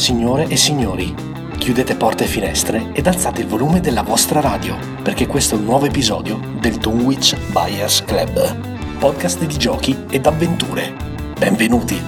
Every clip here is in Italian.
Signore e signori, chiudete porte e finestre ed alzate il volume della vostra radio, perché questo è un nuovo episodio del Dunwich Buyers Club, podcast di giochi ed avventure. Benvenuti!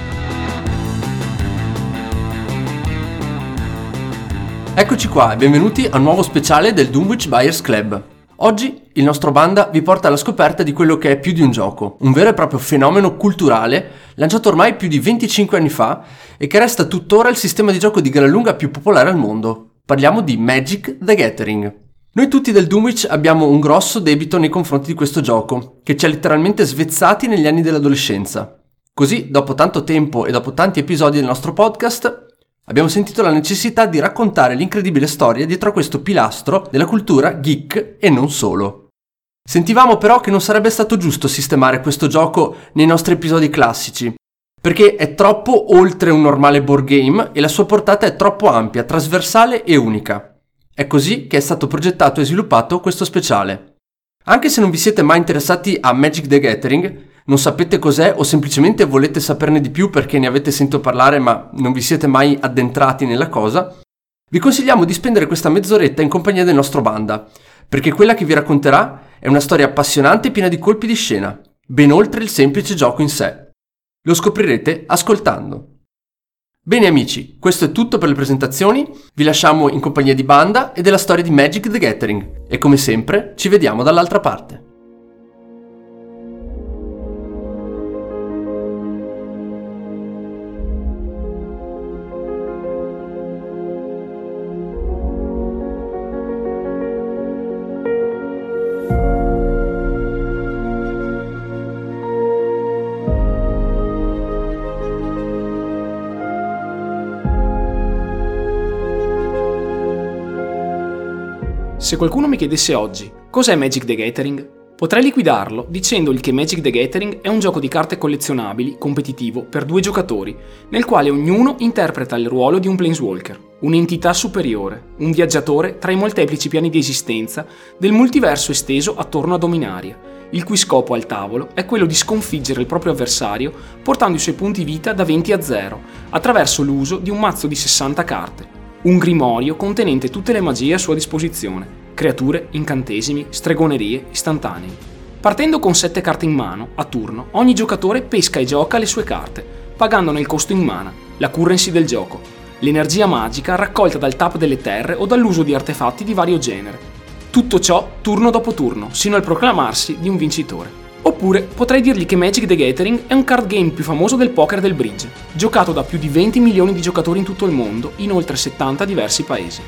Eccoci qua e benvenuti a un nuovo speciale del Dunwich Buyers Club. Oggi il nostro Banda vi porta alla scoperta di quello che è più di un gioco, un vero e proprio fenomeno culturale lanciato ormai più di 25 anni fa e che resta tuttora il sistema di gioco di gran lunga più popolare al mondo. Parliamo di Magic the Gathering. Noi tutti del Dunwich abbiamo un grosso debito nei confronti di questo gioco, che ci ha letteralmente svezzati negli anni dell'adolescenza. Così, dopo tanto tempo e dopo tanti episodi del nostro podcast, abbiamo sentito la necessità di raccontare l'incredibile storia dietro a questo pilastro della cultura geek e non solo. Sentivamo però che non sarebbe stato giusto sistemare questo gioco nei nostri episodi classici, perché è troppo oltre un normale board game e la sua portata è troppo ampia, trasversale e unica. È così che è stato progettato e sviluppato questo speciale. Anche se non vi siete mai interessati a Magic the Gathering, non sapete cos'è o semplicemente volete saperne di più perché ne avete sentito parlare ma non vi siete mai addentrati nella cosa, vi consigliamo di spendere questa mezz'oretta in compagnia del nostro Banda, perché quella che vi racconterà è una storia appassionante e piena di colpi di scena, ben oltre il semplice gioco in sé. Lo scoprirete ascoltando. Bene amici, questo è tutto per le presentazioni, vi lasciamo in compagnia di Banda e della storia di Magic the Gathering e come sempre ci vediamo dall'altra parte. Se qualcuno mi chiedesse oggi cos'è Magic the Gathering, potrei liquidarlo dicendogli che Magic the Gathering è un gioco di carte collezionabili competitivo per 2 giocatori, nel quale ognuno interpreta il ruolo di un Planeswalker, un'entità superiore, un viaggiatore tra i molteplici piani di esistenza del multiverso esteso attorno a Dominaria, il cui scopo al tavolo è quello di sconfiggere il proprio avversario portando i suoi punti vita da 20 a 0, attraverso l'uso di un mazzo di 60 carte. Un grimorio contenente tutte le magie a sua disposizione, creature, incantesimi, stregonerie, istantanei. Partendo con 7 carte in mano, a turno, ogni giocatore pesca e gioca le sue carte, pagandone il costo in mana, la currency del gioco, l'energia magica raccolta dal tap delle terre o dall'uso di artefatti di vario genere. Tutto ciò turno dopo turno, sino al proclamarsi di un vincitore. Oppure potrei dirgli che Magic the Gathering è un card game più famoso del poker e del bridge, giocato da più di 20 milioni di giocatori in tutto il mondo, in oltre 70 diversi paesi.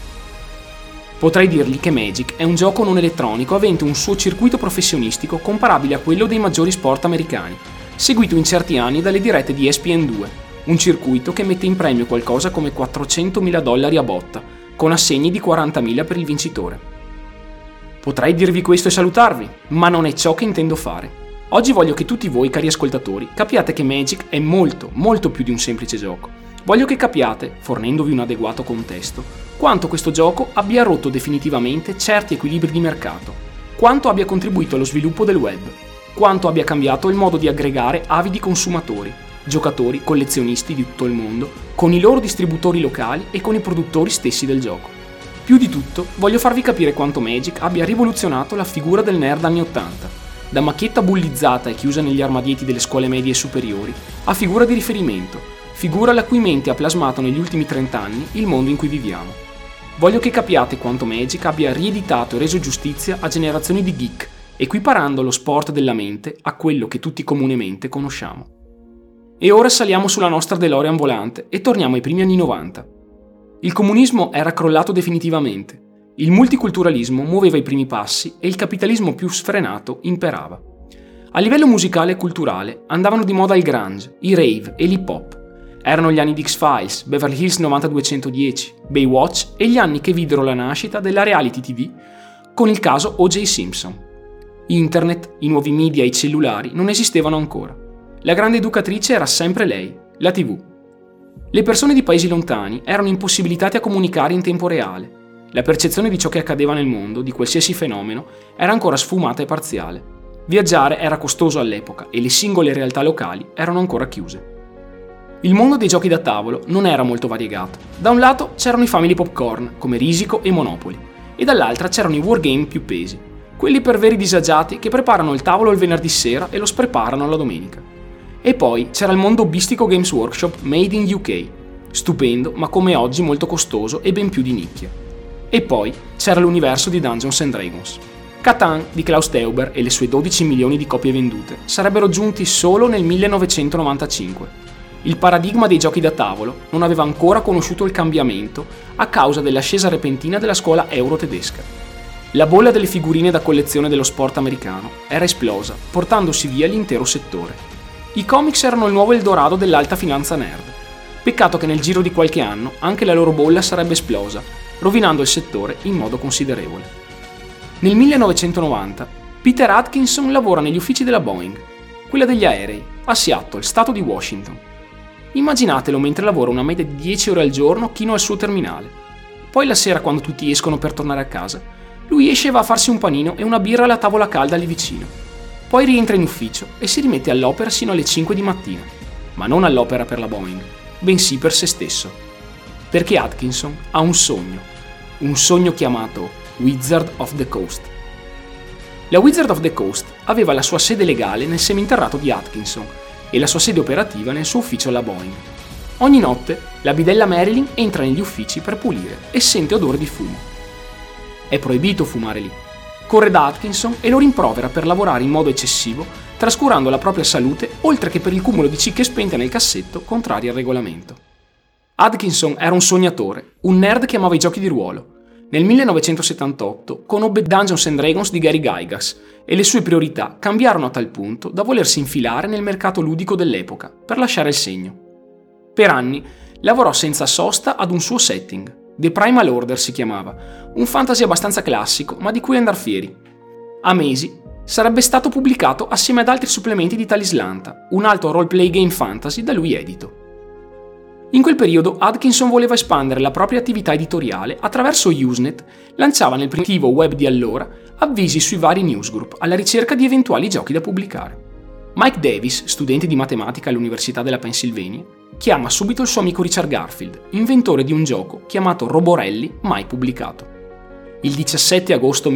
Potrei dirgli che Magic è un gioco non elettronico avente un suo circuito professionistico comparabile a quello dei maggiori sport americani, seguito in certi anni dalle dirette di ESPN2, un circuito che mette in premio qualcosa come $400.000 a botta, con assegni di $40.000 per il vincitore. Potrei dirvi questo e salutarvi, ma non è ciò che intendo fare. Oggi voglio che tutti voi, cari ascoltatori, capiate che Magic è molto, molto più di un semplice gioco. Voglio che capiate, fornendovi un adeguato contesto, quanto questo gioco abbia rotto definitivamente certi equilibri di mercato, quanto abbia contribuito allo sviluppo del web, quanto abbia cambiato il modo di aggregare avidi consumatori, giocatori, collezionisti di tutto il mondo, con i loro distributori locali e con i produttori stessi del gioco. Più di tutto, voglio farvi capire quanto Magic abbia rivoluzionato la figura del nerd anni 80, da macchietta bullizzata e chiusa negli armadietti delle scuole medie e superiori, a figura di riferimento, figura la cui mente ha plasmato negli ultimi 30 anni il mondo in cui viviamo. Voglio che capiate quanto Magic abbia rieditato e reso giustizia a generazioni di geek, equiparando lo sport della mente a quello che tutti comunemente conosciamo. E ora saliamo sulla nostra DeLorean volante e torniamo ai primi anni 90. Il comunismo era crollato definitivamente, il multiculturalismo muoveva i primi passi e il capitalismo più sfrenato imperava. A livello musicale e culturale andavano di moda il grunge, i rave e l'hip hop. Erano gli anni di X-Files, Beverly Hills 90210, Baywatch e gli anni che videro la nascita della reality TV con il caso O.J. Simpson. Internet, i nuovi media e i cellulari non esistevano ancora. La grande educatrice era sempre lei, la TV. Le persone di paesi lontani erano impossibilitate a comunicare in tempo reale. La percezione di ciò che accadeva nel mondo, di qualsiasi fenomeno, era ancora sfumata e parziale. Viaggiare era costoso all'epoca e le singole realtà locali erano ancora chiuse. Il mondo dei giochi da tavolo non era molto variegato. Da un lato c'erano i family popcorn, come Risico e Monopoly, e dall'altra c'erano i wargame più pesi, quelli per veri disagiati che preparano il tavolo il venerdì sera e lo spreparano la domenica. E poi c'era il mondo hobbistico Games Workshop Made in UK, stupendo ma come oggi molto costoso e ben più di nicchia. E poi c'era l'universo di Dungeons & Dragons. Catan di Klaus Teuber e le sue 12 milioni di copie vendute sarebbero giunti solo nel 1995. Il paradigma dei giochi da tavolo non aveva ancora conosciuto il cambiamento a causa dell'ascesa repentina della scuola euro-tedesca. La bolla delle figurine da collezione dello sport americano era esplosa, portandosi via l'intero settore. I comics erano il nuovo Eldorado dell'alta finanza nerd. Peccato che nel giro di qualche anno anche la loro bolla sarebbe esplosa, rovinando il settore in modo considerevole. Nel 1990 Peter Atkinson lavora negli uffici della Boeing, quella degli aerei, a Seattle, stato di Washington. Immaginatelo mentre lavora una media di 10 ore al giorno chino al suo terminale. Poi la sera, quando tutti escono per tornare a casa, lui esce e va a farsi un panino e una birra alla tavola calda lì vicino. Poi rientra in ufficio e si rimette all'opera sino alle 5 di mattina. Ma non all'opera per la Boeing, bensì per se stesso. Perché Atkinson ha un sogno chiamato Wizard of the Coast. La Wizard of the Coast aveva la sua sede legale nel seminterrato di Atkinson e la sua sede operativa nel suo ufficio alla Boeing. Ogni notte la bidella Marilyn entra negli uffici per pulire e sente odore di fumo. È proibito fumare lì. Corre da Atkinson e lo rimprovera per lavorare in modo eccessivo, trascurando la propria salute oltre che per il cumulo di cicche spente nel cassetto contrari al regolamento. Atkinson era un sognatore, un nerd che amava i giochi di ruolo. Nel 1978 conobbe Dungeons & Dragons di Gary Gygax e le sue priorità cambiarono a tal punto da volersi infilare nel mercato ludico dell'epoca per lasciare il segno. Per anni lavorò senza sosta ad un suo setting. The Primal Order si chiamava, un fantasy abbastanza classico ma di cui andar fieri. A mesi sarebbe stato pubblicato assieme ad altri supplementi di Talislanta, un altro roleplay game fantasy da lui edito. In quel periodo Atkinson voleva espandere la propria attività editoriale attraverso Usenet, lanciava nel primitivo web di allora avvisi sui vari newsgroup alla ricerca di eventuali giochi da pubblicare. Mike Davis, studente di matematica all'Università della Pennsylvania, chiama subito il suo amico Richard Garfield, inventore di un gioco chiamato Roborelli, mai pubblicato. Il 17 agosto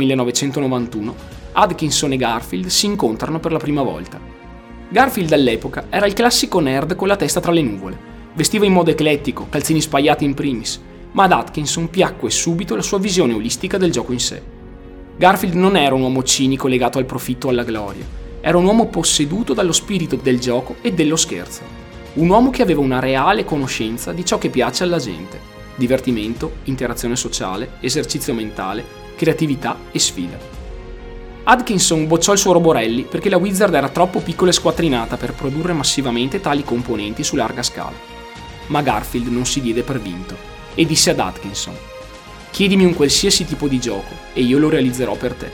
1991 Atkinson e Garfield si incontrano per la prima volta. Garfield all'epoca era il classico nerd con la testa tra le nuvole. Vestiva in modo eclettico, calzini spaiati in primis, ma ad Atkinson piacque subito la sua visione olistica del gioco in sé. Garfield non era un uomo cinico legato al profitto o alla gloria, era un uomo posseduto dallo spirito del gioco e dello scherzo. Un uomo che aveva una reale conoscenza di ciò che piace alla gente: divertimento, interazione sociale, esercizio mentale, creatività e sfida. Atkinson bocciò il suo Roborelli perché la Wizard era troppo piccola e squattrinata per produrre massivamente tali componenti su larga scala. Ma Garfield non si diede per vinto e disse ad Atkinson: «Chiedimi un qualsiasi tipo di gioco e io lo realizzerò per te».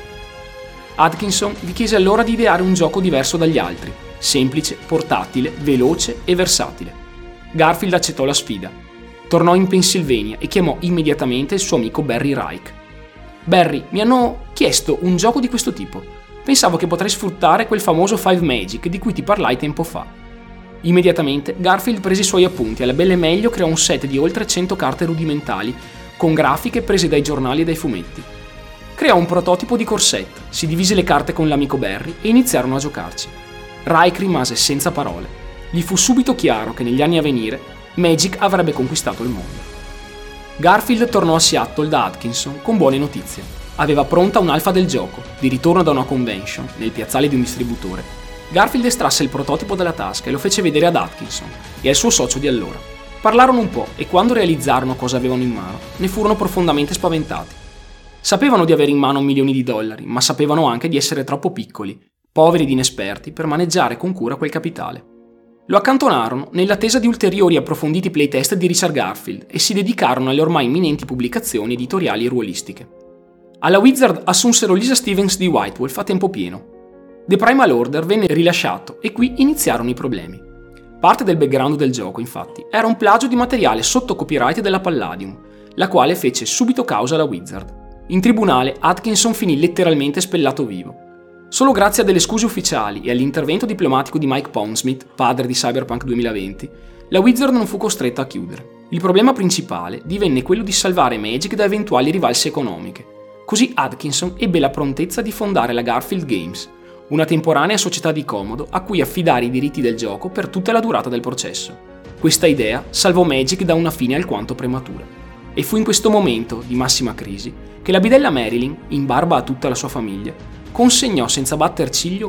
Atkinson gli chiese allora di ideare un gioco diverso dagli altri, semplice, portatile, veloce e versatile. Garfield accettò la sfida. Tornò in Pennsylvania e chiamò immediatamente il suo amico Barry Reich. «Barry, mi hanno chiesto un gioco di questo tipo. Pensavo che potrei sfruttare quel famoso Five Magic di cui ti parlai tempo fa». Immediatamente Garfield prese i suoi appunti e alla belle meglio creò un set di oltre 100 carte rudimentali con grafiche prese dai giornali e dai fumetti. Creò un prototipo di core set, si divise le carte con l'amico Barry e iniziarono a giocarci. Reich rimase senza parole. Gli fu subito chiaro che negli anni a venire Magic avrebbe conquistato il mondo. Garfield tornò a Seattle da Atkinson con buone notizie. Aveva pronta un'alfa del gioco, di ritorno da una convention, nel piazzale di un distributore. Garfield estrasse il prototipo dalla tasca e lo fece vedere ad Atkinson e al suo socio di allora. Parlarono un po' e quando realizzarono cosa avevano in mano, ne furono profondamente spaventati. Sapevano di avere in mano milioni di dollari, ma sapevano anche di essere troppo piccoli, poveri ed inesperti per maneggiare con cura quel capitale. Lo accantonarono nell'attesa di ulteriori approfonditi playtest di Richard Garfield e si dedicarono alle ormai imminenti pubblicazioni editoriali e ruolistiche. Alla Wizard assunsero Lisa Stevens di White Wolf a tempo pieno. The Primal Order venne rilasciato e qui iniziarono i problemi. Parte del background del gioco, infatti, era un plagio di materiale sotto copyright della Palladium, la quale fece subito causa alla Wizard. In tribunale Atkinson finì letteralmente spellato vivo. Solo grazie a delle scuse ufficiali e all'intervento diplomatico di Mike Pondsmith, padre di Cyberpunk 2020, la Wizard non fu costretta a chiudere. Il problema principale divenne quello di salvare Magic da eventuali rivalse economiche. Così Atkinson ebbe la prontezza di fondare la Garfield Games, una temporanea società di comodo a cui affidare i diritti del gioco per tutta la durata del processo. Questa idea salvò Magic da una fine alquanto prematura. E fu in questo momento di massima crisi che la bidella Marilyn, in barba a tutta la sua famiglia, consegnò senza batter ciglio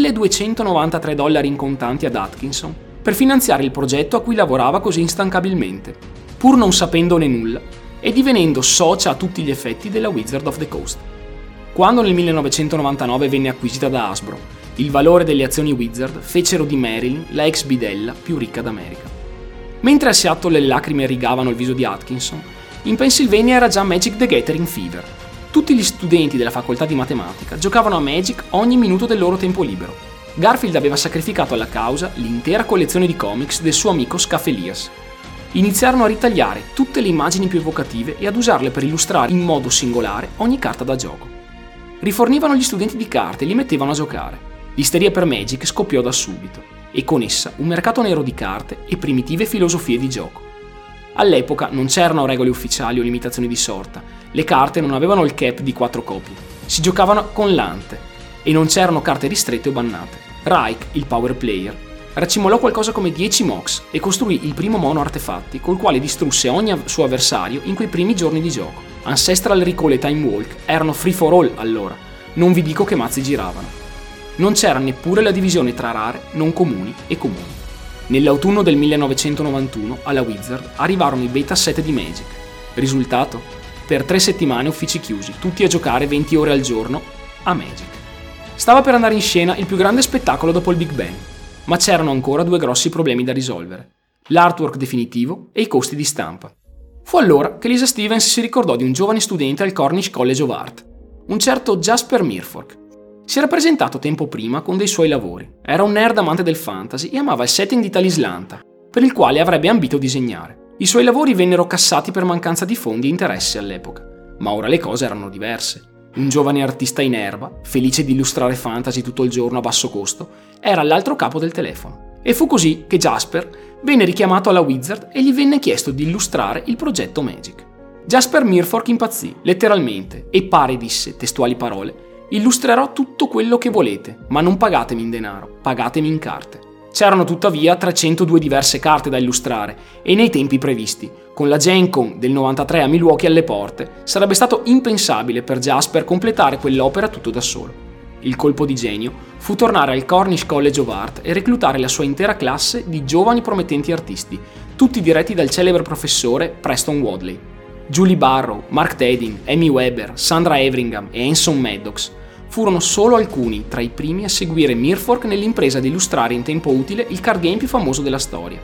$1.293 in contanti ad Atkinson per finanziare il progetto a cui lavorava così instancabilmente, pur non sapendone nulla e divenendo socia a tutti gli effetti della Wizard of the Coast. Quando nel 1999 venne acquisita da Hasbro, il valore delle azioni Wizard fecero di Marilyn la ex bidella più ricca d'America. Mentre a Seattle le lacrime rigavano il viso di Atkinson, in Pennsylvania era già Magic the Gathering Fever. Tutti gli studenti della facoltà di matematica giocavano a Magic ogni minuto del loro tempo libero. Garfield aveva sacrificato alla causa l'intera collezione di comics del suo amico Scaf Elias. Iniziarono a ritagliare tutte le immagini più evocative e ad usarle per illustrare in modo singolare ogni carta da gioco. Rifornivano gli studenti di carte e li mettevano a giocare. L'isteria per Magic scoppiò da subito, e con essa un mercato nero di carte e primitive filosofie di gioco. All'epoca non c'erano regole ufficiali o limitazioni di sorta, le carte non avevano il cap di 4 copie, si giocavano con l'ante e non c'erano carte ristrette o bannate. Reich, il power player, racimolò qualcosa come 10 Mox e costruì il primo mono artefatti col quale distrusse ogni suo avversario in quei primi giorni di gioco. Ancestral Recall e Time Walk erano free for all allora, non vi dico che mazzi giravano. Non c'era neppure la divisione tra rare, non comuni e comuni. Nell'autunno del 1991 alla Wizard arrivarono i beta set di Magic. Risultato? Per 3 settimane uffici chiusi, tutti a giocare 20 ore al giorno a Magic. Stava per andare in scena il più grande spettacolo dopo il Big Bang, ma c'erano ancora 2 grossi problemi da risolvere: l'artwork definitivo e i costi di stampa. Fu allora che Lisa Stevens si ricordò di un giovane studente al Cornish College of Art, un certo Jasper Mirfork. Si era presentato tempo prima con dei suoi lavori. Era un nerd amante del fantasy e amava il setting di Talislanta, per il quale avrebbe ambito disegnare. I suoi lavori vennero cassati per mancanza di fondi e interessi all'epoca, ma ora le cose erano diverse. Un giovane artista in erba, felice di illustrare fantasy tutto il giorno a basso costo, era all'altro capo del telefono. E fu così che Jasper venne richiamato alla Wizard e gli venne chiesto di illustrare il progetto Magic. Jasper Mirfork impazzì, letteralmente, e pare disse, testuali parole: "Illustrerò tutto quello che volete, ma non pagatemi in denaro, pagatemi in carte". C'erano tuttavia 302 diverse carte da illustrare e nei tempi previsti, con la Gen Con del 93 a Milwaukee alle porte, sarebbe stato impensabile per Jasper completare quell'opera tutto da solo. Il colpo di genio fu tornare al Cornish College of Art e reclutare la sua intera classe di giovani promettenti artisti, tutti diretti dal celebre professore Preston Wadley. Julie Barrow, Mark Tedin, Amy Weber, Sandra Everingham e Anson Maddox furono solo alcuni tra i primi a seguire Mirfork nell'impresa di illustrare in tempo utile il card game più famoso della storia.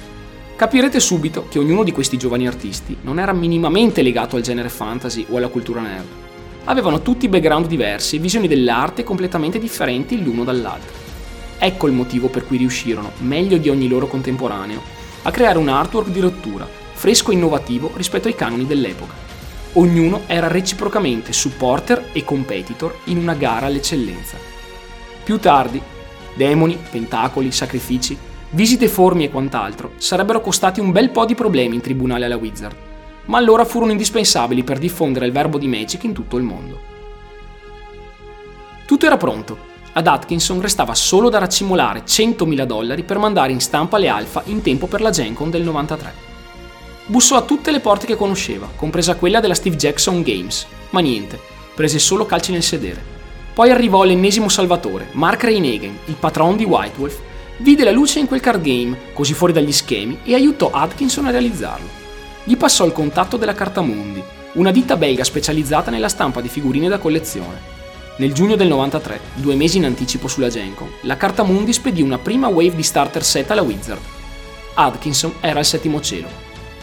Capirete subito che ognuno di questi giovani artisti non era minimamente legato al genere fantasy o alla cultura nerd. Avevano tutti background diversi e visioni dell'arte completamente differenti l'uno dall'altro. Ecco il motivo per cui riuscirono, meglio di ogni loro contemporaneo, a creare un artwork di rottura, fresco e innovativo rispetto ai canoni dell'epoca. Ognuno era reciprocamente supporter e competitor in una gara all'eccellenza. Più tardi, demoni, pentacoli, sacrifici, visite formi e quant'altro sarebbero costati un bel po' di problemi in tribunale alla Wizard, ma allora furono indispensabili per diffondere il verbo di Magic in tutto il mondo. Tutto era pronto. Ad Atkinson restava solo da raccimolare $100.000 per mandare in stampa le alfa in tempo per la Gen Con del 93. Bussò a tutte le porte che conosceva, compresa quella della Steve Jackson Games, ma niente, prese solo calci nel sedere. Poi arrivò l'ennesimo salvatore, Mark Reynegen, il patron di White Wolf, vide la luce in quel card game, così fuori dagli schemi, e aiutò Atkinson a realizzarlo. Gli passò il contatto della Cartamundi, una ditta belga specializzata nella stampa di figurine da collezione. Nel giugno del 93, 2 mesi in anticipo sulla Gen Con, la Cartamundi spedì una prima wave di starter set alla Wizard. Atkinson era al 7° cielo.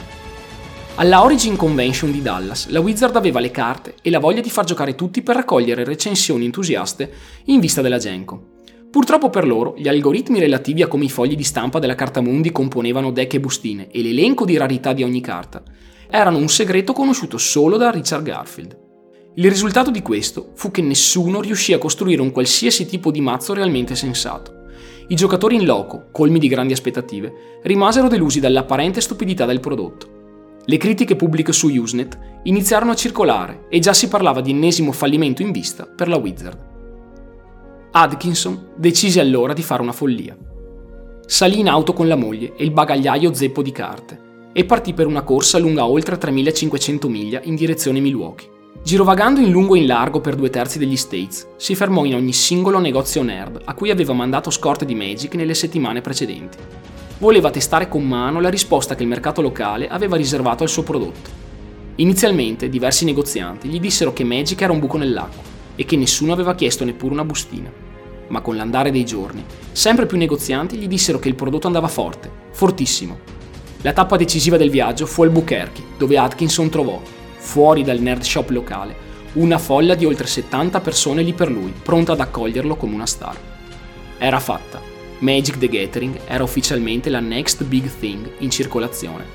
Alla Origin Convention di Dallas, la Wizard aveva le carte e la voglia di far giocare tutti per raccogliere recensioni entusiaste in vista della Gen Con. Purtroppo per loro, gli algoritmi relativi a come i fogli di stampa della Cartamundi componevano deck e bustine e l'elenco di rarità di ogni carta erano un segreto conosciuto solo da Richard Garfield. Il risultato di questo fu che nessuno riuscì a costruire un qualsiasi tipo di mazzo realmente sensato. I giocatori in loco, colmi di grandi aspettative, rimasero delusi dall'apparente stupidità del prodotto. Le critiche pubbliche su Usenet iniziarono a circolare e già si parlava di ennesimo fallimento in vista per la Wizard. Atkinson decise allora di fare una follia. Salì in auto con la moglie e il bagagliaio zeppo di carte e partì per una corsa lunga oltre 3500 miglia in direzione Milwaukee. Girovagando in lungo e in largo per 2/3 degli States, si fermò in ogni singolo negozio nerd a cui aveva mandato scorte di Magic nelle settimane precedenti. Voleva testare con mano la risposta che il mercato locale aveva riservato al suo prodotto. Inizialmente diversi negozianti gli dissero che Magic era un buco nell'acqua e che nessuno aveva chiesto neppure una bustina. Ma con l'andare dei giorni, sempre più negozianti gli dissero che il prodotto andava forte, fortissimo. La tappa decisiva del viaggio fu Albuquerque, dove Atkinson trovò, fuori dal nerd shop locale, una folla di oltre 70 persone lì per lui, pronta ad accoglierlo come una star. Era fatta. Magic the Gathering era ufficialmente la next big thing in circolazione.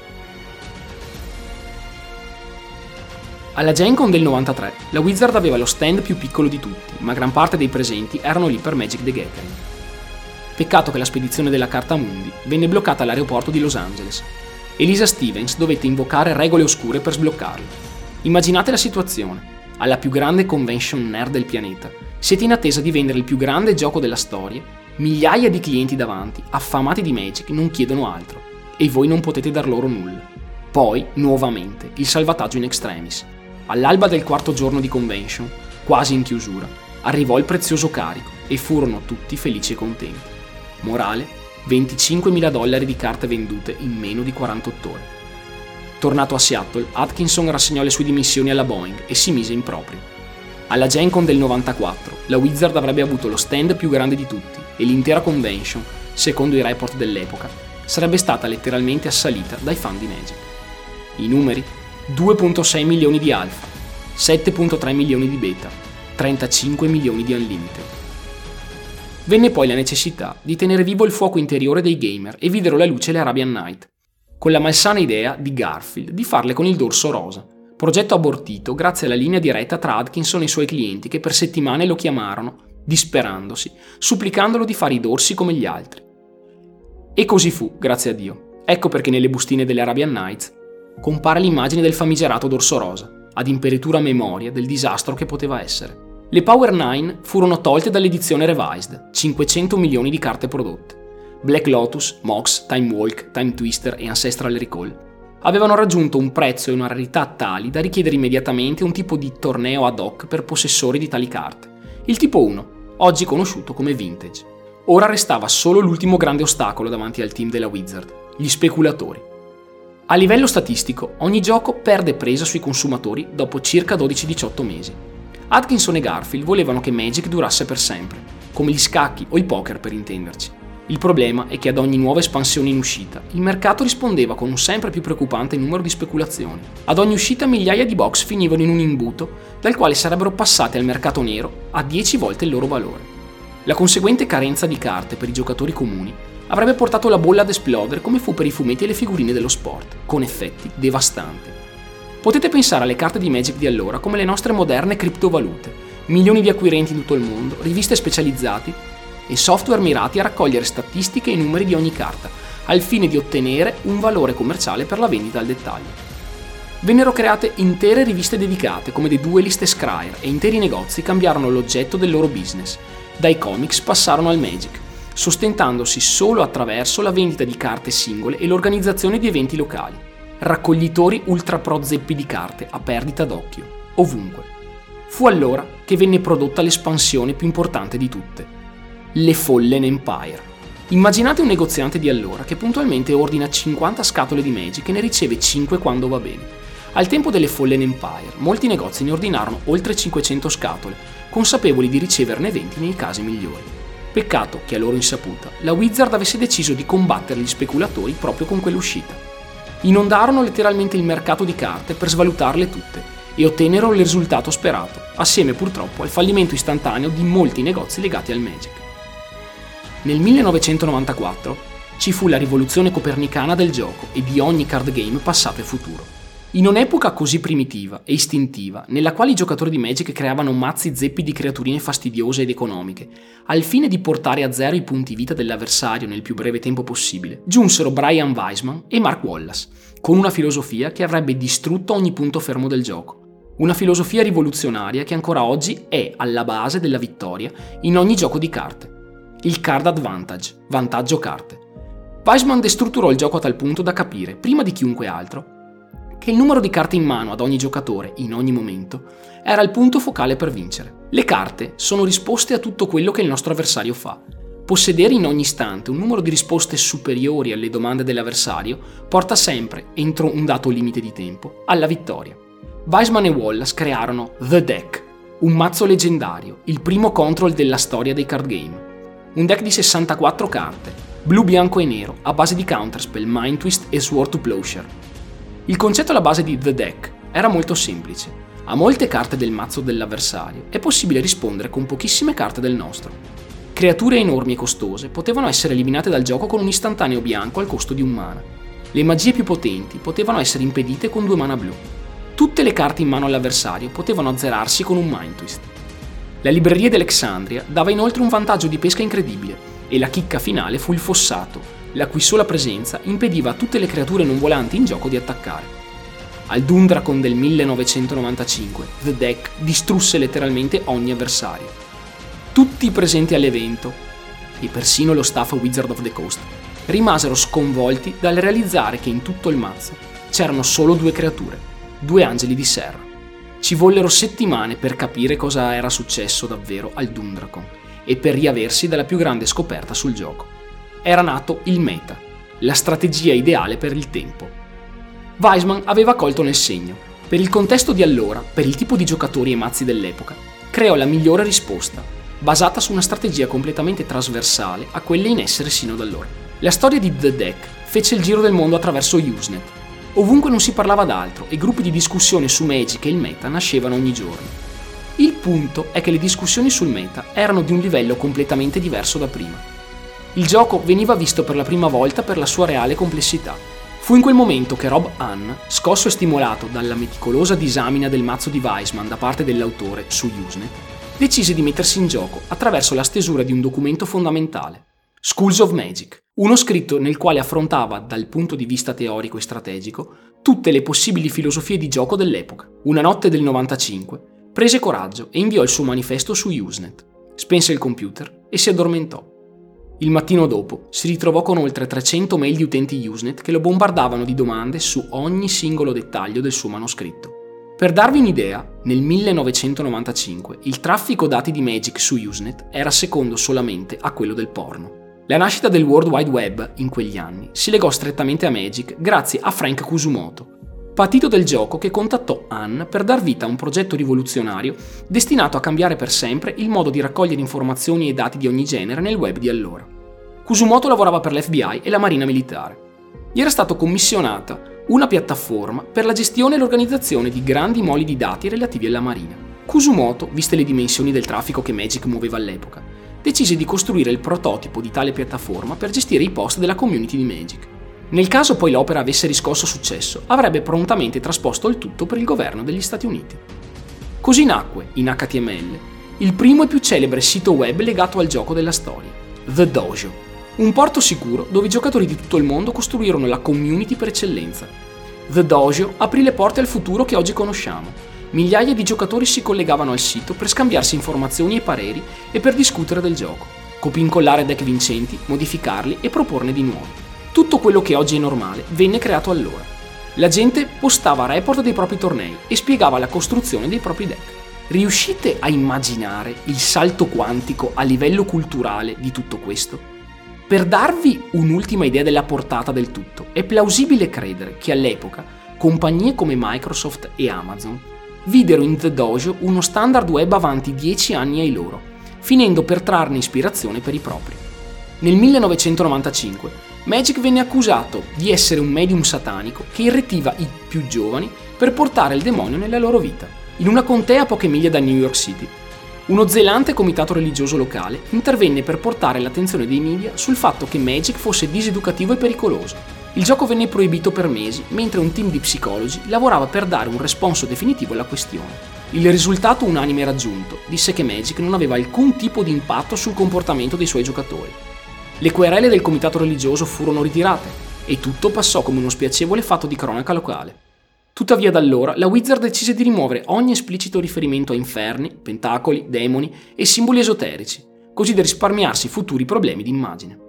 Alla Gen Con del 93, la Wizard aveva lo stand più piccolo di tutti, ma gran parte dei presenti erano lì per Magic the Gathering. Peccato che la spedizione della Carta Mundi venne bloccata all'aeroporto di Los Angeles. Elisa Stevens dovette invocare regole oscure per sbloccarla. Immaginate la situazione. Alla più grande convention nerd del pianeta, siete in attesa di vendere il più grande gioco della storia, migliaia di clienti davanti, affamati di Magic, non chiedono altro, e voi non potete dar loro nulla. Poi, nuovamente, il salvataggio in extremis. All'alba del quarto giorno di convention, quasi in chiusura, arrivò il prezioso carico e furono tutti felici e contenti. Morale, $25.000 di carte vendute in meno di 48 ore. Tornato a Seattle, Atkinson rassegnò le sue dimissioni alla Boeing e si mise in proprio. Alla Gen Con del 94, la Wizard avrebbe avuto lo stand più grande di tutti e l'intera convention, secondo i report dell'epoca, sarebbe stata letteralmente assalita dai fan di Magic. I numeri? 2.6 milioni di alfa, 7.3 milioni di beta, 35 milioni di unlimited. Venne poi la necessità di tenere vivo il fuoco interiore dei gamer e videro la luce le Arabian Night, con la malsana idea di Garfield di farle con il dorso rosa, progetto abortito grazie alla linea diretta tra Atkinson e i suoi clienti che per settimane lo chiamarono, disperandosi, supplicandolo di fare i dorsi come gli altri. E così fu, grazie a Dio. Ecco perché nelle bustine delle Arabian Nights compare l'immagine del famigerato dorso rosa, ad imperitura memoria del disastro che poteva essere. Le Power 9 furono tolte dall'edizione revised, 500 milioni di carte prodotte. Black Lotus, Mox, Time Walk, Time Twister e Ancestral Recall avevano raggiunto un prezzo e una rarità tali da richiedere immediatamente un tipo di torneo ad hoc per possessori di tali carte. Il tipo 1, oggi conosciuto come Vintage. Ora restava solo l'ultimo grande ostacolo davanti al team della Wizard, gli speculatori. A livello statistico, ogni gioco perde presa sui consumatori dopo circa 12-18 mesi. Atkinson e Garfield volevano che Magic durasse per sempre, come gli scacchi o il poker per intenderci. Il problema è che ad ogni nuova espansione in uscita, il mercato rispondeva con un sempre più preoccupante numero di speculazioni. Ad ogni uscita migliaia di box finivano in un imbuto dal quale sarebbero passate al mercato nero a 10 volte il loro valore. La conseguente carenza di carte per i giocatori comuni avrebbe portato la bolla ad esplodere come fu per i fumetti e le figurine dello sport, con effetti devastanti. Potete pensare alle carte di Magic di allora come le nostre moderne criptovalute, milioni di acquirenti in tutto il mondo, riviste specializzate e software mirati a raccogliere statistiche e numeri di ogni carta, al fine di ottenere un valore commerciale per la vendita al dettaglio. Vennero create intere riviste dedicate come The Duelist e Scryer e interi negozi cambiarono l'oggetto del loro business. Dai comics passarono al Magic, sostentandosi solo attraverso la vendita di carte singole e l'organizzazione di eventi locali. Raccoglitori ultra pro zeppi di carte a perdita d'occhio, ovunque. Fu allora che venne prodotta l'espansione più importante di tutte, le Fallen Empire. Immaginate un negoziante di allora che puntualmente ordina 50 scatole di Magic e ne riceve 5 quando va bene. Al tempo delle Fallen Empire, molti negozi ne ordinarono oltre 500 scatole, consapevoli di riceverne 20 nei casi migliori. Peccato che a loro insaputa la Wizard avesse deciso di combattere gli speculatori proprio con quell'uscita. Inondarono letteralmente il mercato di carte per svalutarle tutte e ottennero il risultato sperato, assieme purtroppo al fallimento istantaneo di molti negozi legati al Magic. Nel 1994 ci fu la rivoluzione copernicana del gioco e di ogni card game passato e futuro. In un'epoca così primitiva e istintiva, nella quale i giocatori di Magic creavano mazzi zeppi di creaturine fastidiose ed economiche, al fine di portare a zero i punti vita dell'avversario nel più breve tempo possibile, giunsero Brian Weissman e Mark Wallace, con una filosofia che avrebbe distrutto ogni punto fermo del gioco. Una filosofia rivoluzionaria che ancora oggi è alla base della vittoria in ogni gioco di carte. Il card advantage, vantaggio carte. Weissman destrutturò il gioco a tal punto da capire, prima di chiunque altro, che il numero di carte in mano ad ogni giocatore, in ogni momento, era il punto focale per vincere. Le carte sono risposte a tutto quello che il nostro avversario fa. Possedere in ogni istante un numero di risposte superiori alle domande dell'avversario porta sempre, entro un dato limite di tempo, alla vittoria. Weissman e Wallace crearono The Deck, un mazzo leggendario, il primo control della storia dei card game. Un deck di 64 carte, blu, bianco e nero, a base di counterspell, mind twist e sword to plowshare. Il concetto alla base di The Deck era molto semplice. A molte carte del mazzo dell'avversario è possibile rispondere con pochissime carte del nostro. Creature enormi e costose potevano essere eliminate dal gioco con un istantaneo bianco al costo di un mana. Le magie più potenti potevano essere impedite con 2 mana blu. Tutte le carte in mano all'avversario potevano azzerarsi con un mind twist. La libreria d'Alexandria dava inoltre un vantaggio di pesca incredibile e la chicca finale fu il fossato, la cui sola presenza impediva a tutte le creature non volanti in gioco di attaccare. Al Dundrakon del 1995, The Deck distrusse letteralmente ogni avversario. Tutti i presenti all'evento, e persino lo staff Wizard of the Coast, rimasero sconvolti dal realizzare che in tutto il mazzo c'erano solo 2 creature, 2 angeli di serra. Ci vollero settimane per capire cosa era successo davvero al Dundrakon e per riaversi dalla più grande scoperta sul gioco. Era nato il meta, la strategia ideale per il tempo. Weissman aveva colto nel segno. Per il contesto di allora, per il tipo di giocatori e mazzi dell'epoca, creò la migliore risposta, basata su una strategia completamente trasversale a quelle in essere sino ad allora. La storia di The Deck fece il giro del mondo attraverso Usenet. Ovunque non si parlava d'altro e gruppi di discussione su Magic e il meta nascevano ogni giorno. Il punto è che le discussioni sul meta erano di un livello completamente diverso da prima. Il gioco veniva visto per la prima volta per la sua reale complessità. Fu in quel momento che Rob Hahn, scosso e stimolato dalla meticolosa disamina del mazzo di Weissman da parte dell'autore su Usenet, decise di mettersi in gioco attraverso la stesura di un documento fondamentale, Schools of Magic, uno scritto nel quale affrontava, dal punto di vista teorico e strategico, tutte le possibili filosofie di gioco dell'epoca. Una notte del 95 prese coraggio e inviò il suo manifesto su Usenet, spense il computer e si addormentò. Il mattino dopo si ritrovò con oltre 300 mail di utenti Usenet che lo bombardavano di domande su ogni singolo dettaglio del suo manoscritto. Per darvi un'idea, nel 1995 il traffico dati di Magic su Usenet era secondo solamente a quello del porno. La nascita del World Wide Web in quegli anni si legò strettamente a Magic grazie a Frank Kusumoto, patito del gioco che contattò Hahn per dar vita a un progetto rivoluzionario destinato a cambiare per sempre il modo di raccogliere informazioni e dati di ogni genere nel web di allora. Kusumoto lavorava per l'FBI e la Marina Militare. Gli era stato commissionata una piattaforma per la gestione e l'organizzazione di grandi moli di dati relativi alla Marina. Kusumoto, viste le dimensioni del traffico che Magic muoveva all'epoca, decise di costruire il prototipo di tale piattaforma per gestire i post della community di Magic. Nel caso poi l'opera avesse riscosso successo, avrebbe prontamente trasposto il tutto per il governo degli Stati Uniti. Così nacque, in HTML, il primo e più celebre sito web legato al gioco della storia, The Dojo, un porto sicuro dove i giocatori di tutto il mondo costruirono la community per eccellenza. The Dojo aprì le porte al futuro che oggi conosciamo. Migliaia di giocatori si collegavano al sito per scambiarsi informazioni e pareri e per discutere del gioco, copia-incollare deck vincenti, modificarli e proporne di nuovi. Tutto quello che oggi è normale venne creato allora. La gente postava report dei propri tornei e spiegava la costruzione dei propri deck. Riuscite a immaginare il salto quantico a livello culturale di tutto questo? Per darvi un'ultima idea della portata del tutto, è plausibile credere che all'epoca compagnie come Microsoft e Amazon videro in The Dojo uno standard web avanti 10 anni ai loro, finendo per trarne ispirazione per i propri. Nel 1995 Magic venne accusato di essere un medium satanico che irretiva i più giovani per portare il demonio nella loro vita. In una contea a poche miglia da New York City, uno zelante comitato religioso locale intervenne per portare l'attenzione dei media sul fatto che Magic fosse diseducativo e pericoloso. Il gioco venne proibito per mesi, mentre un team di psicologi lavorava per dare un responso definitivo alla questione. Il risultato unanime raggiunto disse che Magic non aveva alcun tipo di impatto sul comportamento dei suoi giocatori. Le querele del comitato religioso furono ritirate e tutto passò come uno spiacevole fatto di cronaca locale. Tuttavia da allora la Wizard decise di rimuovere ogni esplicito riferimento a inferni, pentacoli, demoni e simboli esoterici, così da risparmiarsi futuri problemi di immagine.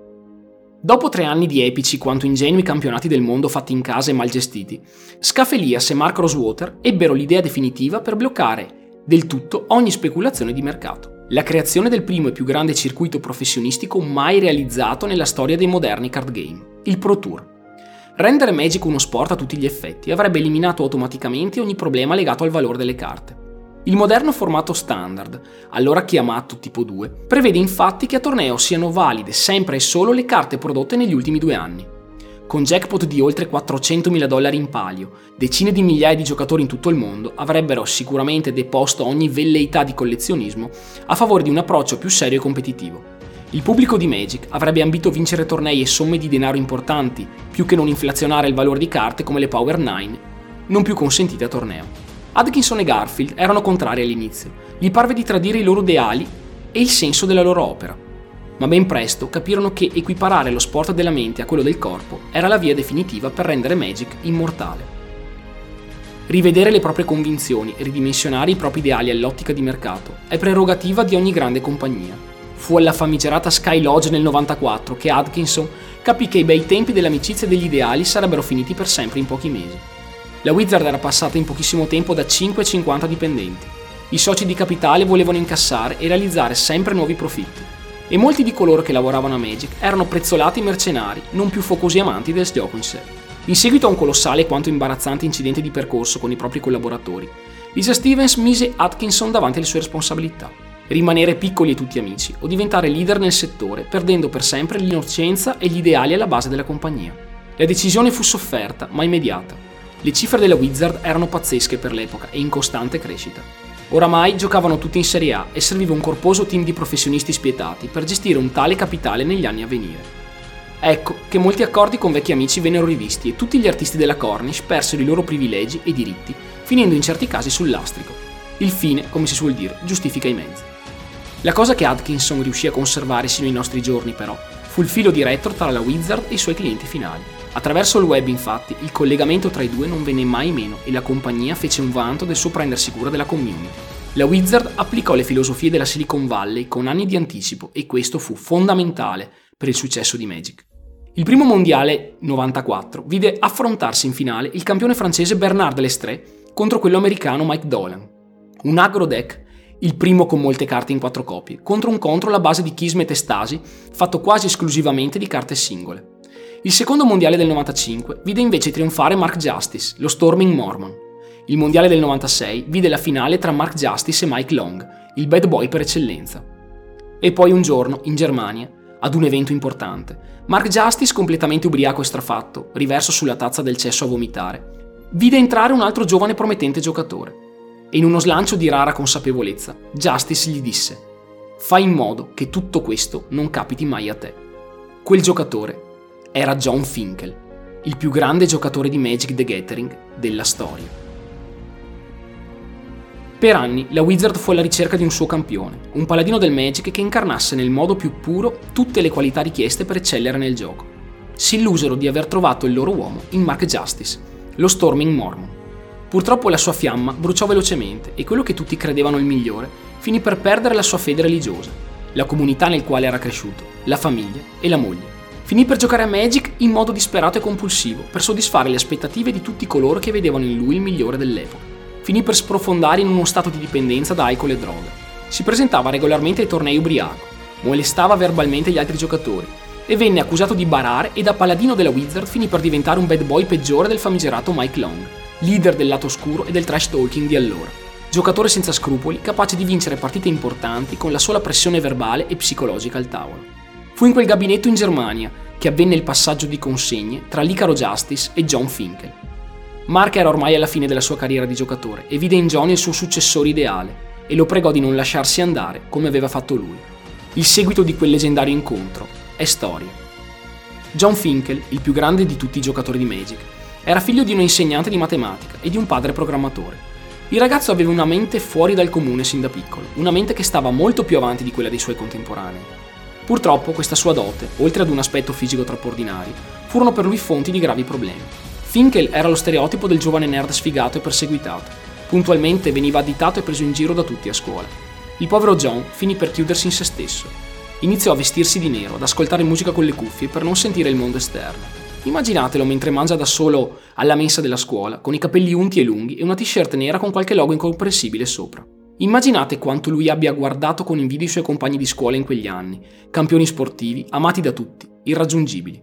Dopo 3 anni di epici quanto ingenui campionati del mondo fatti in casa e mal gestiti, Scaf Elias e Mark Rosewater ebbero l'idea definitiva per bloccare del tutto ogni speculazione di mercato. La creazione del primo e più grande circuito professionistico mai realizzato nella storia dei moderni card game, il Pro Tour. Rendere Magic uno sport a tutti gli effetti avrebbe eliminato automaticamente ogni problema legato al valore delle carte. Il moderno formato standard, allora chiamato tipo 2, prevede infatti che a torneo siano valide sempre e solo le carte prodotte negli ultimi 2 anni. Con jackpot di oltre $400.000 in palio, decine di migliaia di giocatori in tutto il mondo avrebbero sicuramente deposto ogni velleità di collezionismo a favore di un approccio più serio e competitivo. Il pubblico di Magic avrebbe ambito vincere tornei e somme di denaro importanti, più che non inflazionare il valore di carte come le Power 9, non più consentite a torneo. Atkinson e Garfield erano contrari all'inizio, gli parve di tradire i loro ideali e il senso della loro opera, ma ben presto capirono che equiparare lo sport della mente a quello del corpo era la via definitiva per rendere Magic immortale. Rivedere le proprie convinzioni e ridimensionare i propri ideali all'ottica di mercato è prerogativa di ogni grande compagnia. Fu alla famigerata Sky Lodge nel 94 che Atkinson capì che i bei tempi dell'amicizia e degli ideali sarebbero finiti per sempre in pochi mesi. La Wizard era passata in pochissimo tempo da 5 a 50 dipendenti. I soci di capitale volevano incassare e realizzare sempre nuovi profitti. E molti di coloro che lavoravano a Magic erano prezzolati mercenari, non più focosi amanti del gioco in sé. In seguito a un colossale quanto imbarazzante incidente di percorso con i propri collaboratori, Lisa Stevens mise Atkinson davanti alle sue responsabilità. Rimanere piccoli e tutti amici o diventare leader nel settore, perdendo per sempre l'innocenza e gli ideali alla base della compagnia. La decisione fu sofferta, ma immediata. Le cifre della Wizard erano pazzesche per l'epoca e in costante crescita. Oramai giocavano tutti in Serie A e serviva un corposo team di professionisti spietati per gestire un tale capitale negli anni a venire. Ecco che molti accordi con vecchi amici vennero rivisti e tutti gli artisti della Cornish persero i loro privilegi e diritti, finendo in certi casi sul lastrico. Il fine, come si suol dire, giustifica i mezzi. La cosa che Atkinson riuscì a conservare sino ai nostri giorni, però, fu il filo diretto tra la Wizard e i suoi clienti finali. Attraverso il web, infatti, il collegamento tra i due non venne mai meno e la compagnia fece un vanto del suo prendersi cura della community. La Wizard applicò le filosofie della Silicon Valley con anni di anticipo e questo fu fondamentale per il successo di Magic. Il primo mondiale 94 vide affrontarsi in finale il campione francese Bernard Lestré contro quello americano Mike Dolan. Un aggro deck, il primo con molte carte in 4 copie, contro un contro alla base di Kismet e Stasi, fatto quasi esclusivamente di carte singole. Il secondo mondiale del 95 vide invece trionfare Mark Justice, lo Storming Mormon. Il mondiale del 96 vide la finale tra Mark Justice e Mike Long, il bad boy per eccellenza. E poi un giorno, in Germania, ad un evento importante, Mark Justice, completamente ubriaco e strafatto, riverso sulla tazza del cesso a vomitare, vide entrare un altro giovane promettente giocatore. E in uno slancio di rara consapevolezza, Justice gli disse: «Fai in modo che tutto questo non capiti mai a te». Quel giocatore era Jon Finkel, il più grande giocatore di Magic the Gathering della storia. Per anni la Wizard fu alla ricerca di un suo campione, un paladino del Magic che incarnasse nel modo più puro tutte le qualità richieste per eccellere nel gioco. Si illusero di aver trovato il loro uomo in Mark Justice, lo Storming Mormon. Purtroppo la sua fiamma bruciò velocemente e quello che tutti credevano il migliore finì per perdere la sua fede religiosa, la comunità nel quale era cresciuto, la famiglia e la moglie. Finì per giocare a Magic in modo disperato e compulsivo, per soddisfare le aspettative di tutti coloro che vedevano in lui il migliore dell'epoca. Finì per sprofondare in uno stato di dipendenza da alcol e droga. Si presentava regolarmente ai tornei ubriaco, molestava verbalmente gli altri giocatori e venne accusato di barare e da paladino della Wizard finì per diventare un bad boy peggiore del famigerato Mike Long, leader del lato oscuro e del trash talking di allora. Giocatore senza scrupoli, capace di vincere partite importanti con la sola pressione verbale e psicologica al tavolo. Fu in quel gabinetto in Germania che avvenne il passaggio di consegne tra l'Icaro Justice e Jon Finkel. Mark era ormai alla fine della sua carriera di giocatore e vide in Jon il suo successore ideale e lo pregò di non lasciarsi andare come aveva fatto lui. Il seguito di quel leggendario incontro è storia. John Finkel, il più grande di tutti i giocatori di Magic, era figlio di un insegnante di matematica e di un padre programmatore. Il ragazzo aveva una mente fuori dal comune sin da piccolo, una mente che stava molto più avanti di quella dei suoi contemporanei. Purtroppo questa sua dote, oltre ad un aspetto fisico troppo ordinario, furono per lui fonti di gravi problemi. Finkel era lo stereotipo del giovane nerd sfigato e perseguitato. Puntualmente veniva additato e preso in giro da tutti a scuola. Il povero John finì per chiudersi in se stesso. Iniziò a vestirsi di nero, ad ascoltare musica con le cuffie per non sentire il mondo esterno. Immaginatelo mentre mangia da solo alla mensa della scuola, con i capelli unti e lunghi e una t-shirt nera con qualche logo incomprensibile sopra. Immaginate quanto lui abbia guardato con invidia i suoi compagni di scuola in quegli anni, campioni sportivi, amati da tutti, irraggiungibili.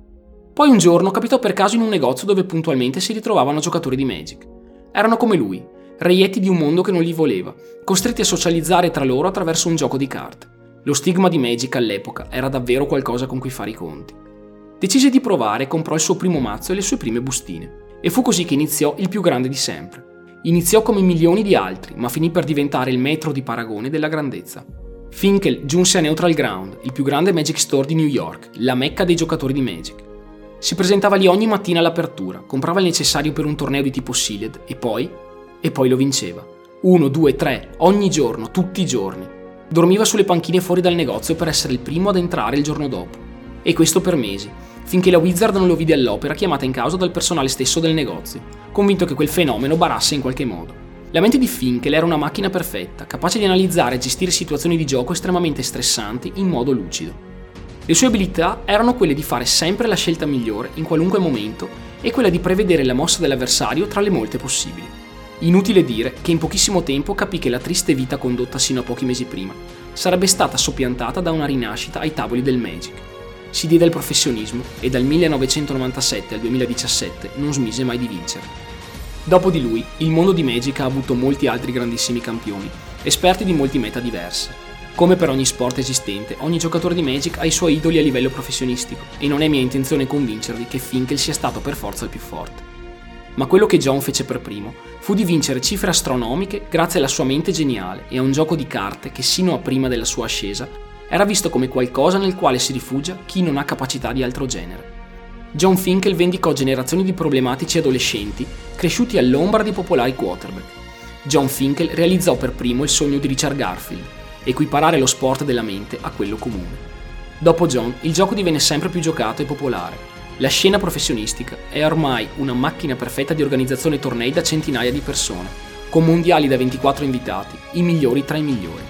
Poi un giorno capitò per caso in un negozio dove puntualmente si ritrovavano giocatori di Magic. Erano come lui, reietti di un mondo che non li voleva, costretti a socializzare tra loro attraverso un gioco di carte. Lo stigma di Magic all'epoca era davvero qualcosa con cui fare i conti. Decise di provare e comprò il suo primo mazzo e le sue prime bustine. E fu così che iniziò il più grande di sempre. Iniziò come milioni di altri, ma finì per diventare il metro di paragone della grandezza. Finkel giunse a Neutral Ground, il più grande Magic Store di New York, la mecca dei giocatori di Magic. Si presentava lì ogni mattina all'apertura, comprava il necessario per un torneo di tipo Sealed e poi lo vinceva. 1, 2, 3, ogni giorno, tutti i giorni. Dormiva sulle panchine fuori dal negozio per essere il primo ad entrare il giorno dopo. E questo per mesi, finché la Wizard non lo vide all'opera chiamata in causa dal personale stesso del negozio, convinto che quel fenomeno barasse in qualche modo. La mente di Finkel era una macchina perfetta, capace di analizzare e gestire situazioni di gioco estremamente stressanti in modo lucido. Le sue abilità erano quelle di fare sempre la scelta migliore in qualunque momento e quella di prevedere la mossa dell'avversario tra le molte possibili. Inutile dire che in pochissimo tempo capì che la triste vita condotta sino a pochi mesi prima sarebbe stata soppiantata da una rinascita ai tavoli del Magic. Si diede al professionismo e dal 1997 al 2017 non smise mai di vincere. Dopo di lui, il mondo di Magic ha avuto molti altri grandissimi campioni, esperti di molti meta diversi. Come per ogni sport esistente, ogni giocatore di Magic ha i suoi idoli a livello professionistico e non è mia intenzione convincervi che Finkel sia stato per forza il più forte. Ma quello che John fece per primo fu di vincere cifre astronomiche grazie alla sua mente geniale e a un gioco di carte che sino a prima della sua ascesa era visto come qualcosa nel quale si rifugia chi non ha capacità di altro genere. John Finkel vendicò generazioni di problematici adolescenti cresciuti all'ombra di popolari quarterback. John Finkel realizzò per primo il sogno di Richard Garfield, equiparare lo sport della mente a quello comune. Dopo John, il gioco divenne sempre più giocato e popolare. La scena professionistica è ormai una macchina perfetta di organizzazione tornei da centinaia di persone, con mondiali da 24 invitati, i migliori tra i migliori.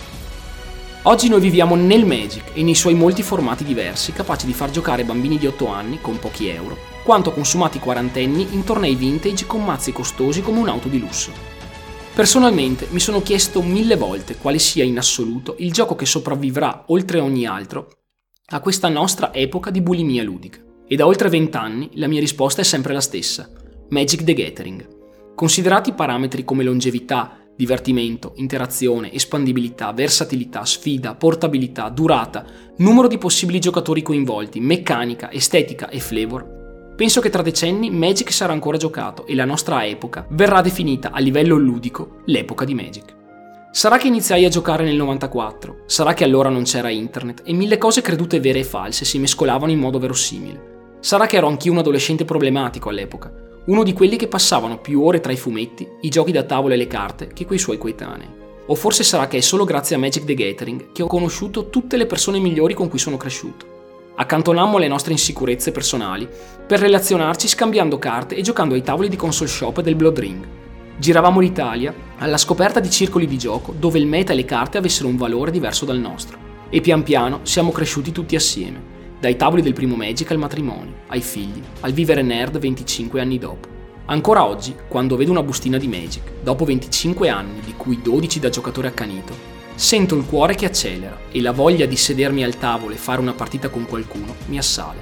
Oggi noi viviamo nel Magic e nei suoi molti formati diversi, capaci di far giocare bambini di 8 anni con pochi euro, quanto consumati quarantenni in tornei vintage con mazzi costosi come un'auto di lusso. Personalmente mi sono chiesto 1000 volte quale sia in assoluto il gioco che sopravvivrà oltre ogni altro a questa nostra epoca di bulimia ludica. E da oltre 20 anni la mia risposta è sempre la stessa: Magic the Gathering. Considerati parametri come longevità, divertimento, interazione, espandibilità, versatilità, sfida, portabilità, durata, numero di possibili giocatori coinvolti, meccanica, estetica e flavor, penso che tra decenni Magic sarà ancora giocato e la nostra epoca verrà definita a livello ludico l'epoca di Magic. Sarà che iniziai a giocare nel 94, sarà che allora non c'era internet e 1000 cose credute vere e false si mescolavano in modo verosimile. Sarà che ero anch'io un adolescente problematico all'epoca, uno di quelli che passavano più ore tra i fumetti, i giochi da tavola e le carte che quei suoi coetanei. O forse sarà che è solo grazie a Magic the Gathering che ho conosciuto tutte le persone migliori con cui sono cresciuto. Accantonammo le nostre insicurezze personali per relazionarci scambiando carte e giocando ai tavoli di console shop del Blood Ring. Giravamo l'Italia alla scoperta di circoli di gioco dove il meta e le carte avessero un valore diverso dal nostro. E pian piano siamo cresciuti tutti assieme. Dai tavoli del primo Magic al matrimonio, ai figli, al vivere nerd 25 anni dopo. Ancora oggi, quando vedo una bustina di Magic, dopo 25 anni, di cui 12 da giocatore accanito, sento il cuore che accelera e la voglia di sedermi al tavolo e fare una partita con qualcuno mi assale.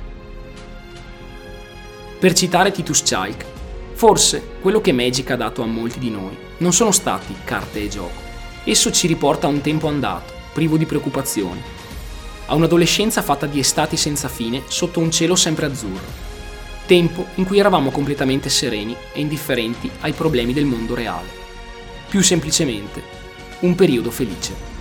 Per citare Titus Chalk, forse quello che Magic ha dato a molti di noi non sono stati carte e gioco. Esso ci riporta a un tempo andato, privo di preoccupazioni, a un'adolescenza fatta di estati senza fine sotto un cielo sempre azzurro. Tempo in cui eravamo completamente sereni e indifferenti ai problemi del mondo reale. Più semplicemente, un periodo felice.